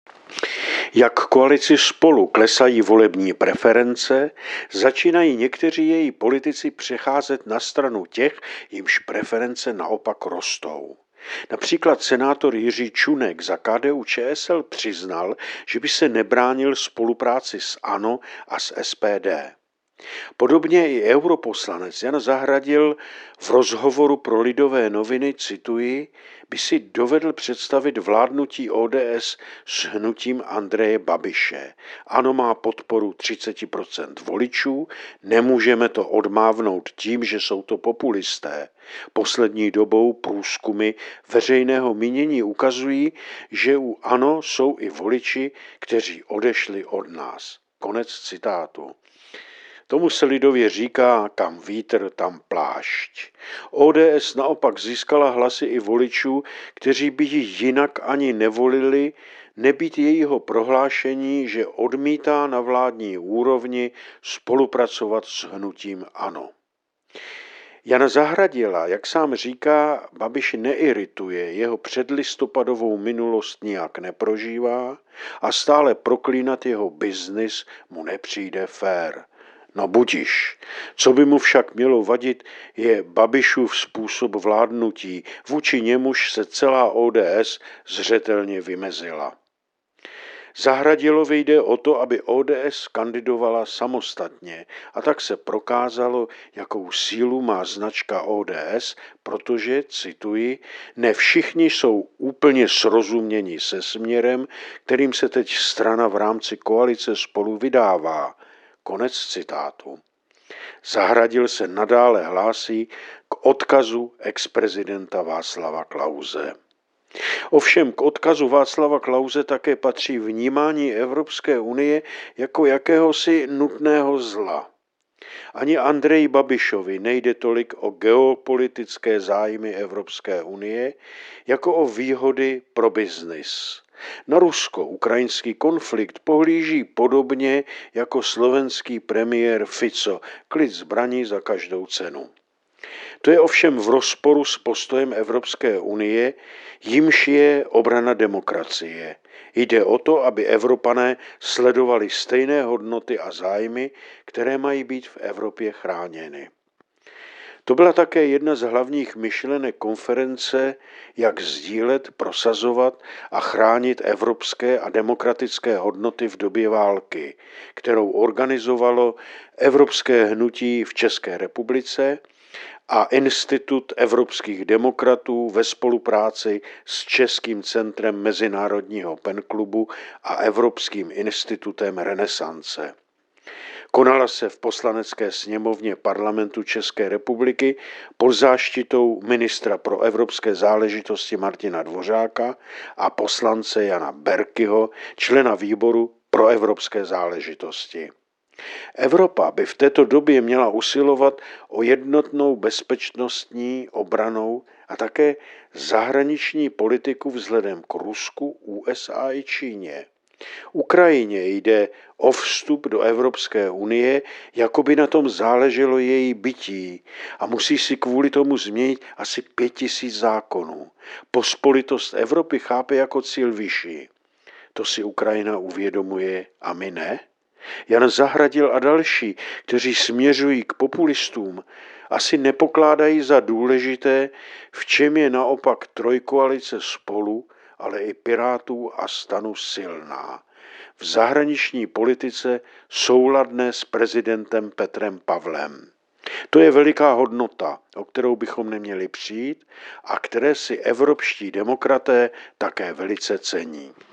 Jak koalici Spolu klesají volební preference, začínají někteří její politici přecházet na stranu těch, jimž preference naopak rostou. Například senátor Jiří Čunek za KDU-ČSL přiznal, že by se nebránil spolupráci s ANO a s SPD. Podobně i europoslanec Jan Zahradil v rozhovoru pro Lidové noviny, cituji, by si dovedl představit vládnutí ODS s hnutím Andreje Babiše. ANO má podporu 30% voličů, nemůžeme to odmávnout tím, že jsou to populisté. Poslední dobou průzkumy veřejného mínění ukazují, že u ANO jsou i voliči, kteří odešli od nás. Konec citátu. Tomu se lidově říká, kam vítr, tam plášť. ODS naopak získala hlasy i voličů, kteří by ji jinak ani nevolili, nebýt jejího prohlášení, že odmítá na vládní úrovni spolupracovat s hnutím ANO. Jana Zahradila, jak sám říká, Babiš neirituje, jeho předlistopadovou minulost nijak neprožívá a stále proklínat jeho biznis mu nepřijde fér. No budiž. Co by mu však mělo vadit, je Babišův způsob vládnutí, vůči němuž se celá ODS zřetelně vymezila. Zahradilovi jde o to, aby ODS kandidovala samostatně a tak se prokázalo, jakou sílu má značka ODS, protože, cituji, ne všichni jsou úplně srozuměni se směrem, kterým se teď strana v rámci koalice Spolu vydává. Konec citátu. Zahradil se nadále hlásí k odkazu ex-prezidenta Václava Klause. Ovšem k odkazu Václava Klause také patří vnímání Evropské unie jako jakéhosi nutného zla. Ani Andreji Babišovi nejde tolik o geopolitické zájmy Evropské unie, jako o výhody pro biznis. Na rusko-ukrajinský konflikt pohlíží podobně jako slovenský premiér Fico, klid zbraní za každou cenu. To je ovšem v rozporu s postojem Evropské unie, jímž je obrana demokracie. Jde o to, aby Evropané sledovali stejné hodnoty a zájmy, které mají být v Evropě chráněny. To byla také jedna z hlavních myšlenek konference, jak sdílet, prosazovat a chránit evropské a demokratické hodnoty v době války, kterou organizovalo Evropské hnutí v České republice a Institut evropských demokratů ve spolupráci s Českým centrem Mezinárodního penklubu a Evropským institutem Renesance. Konala se v Poslanecké sněmovně Parlamentu České republiky pod záštitou ministra pro evropské záležitosti Martina Dvořáka a poslance Jana Berkiho, člena výboru pro evropské záležitosti. Evropa by v této době měla usilovat o jednotnou bezpečnostní, obrannou a také zahraniční politiku vzhledem k Rusku, USA i Číně. Ukrajině jde o vstup do Evropské unie, jako by na tom záleželo její bytí a musí si kvůli tomu změnit asi 5000 zákonů. Pospolitost Evropy chápe jako cíl vyšší. To si Ukrajina uvědomuje a my ne? Jan Zahradil a další, kteří směřují k populistům, asi nepokládají za důležité, v čem je naopak trojkoalice Spolu, ale i Pirátů a STANu silná. V zahraniční politice souladné s prezidentem Petrem Pavlem. To je veliká hodnota, o kterou bychom neměli přijít a které si evropští demokraté také velice cení.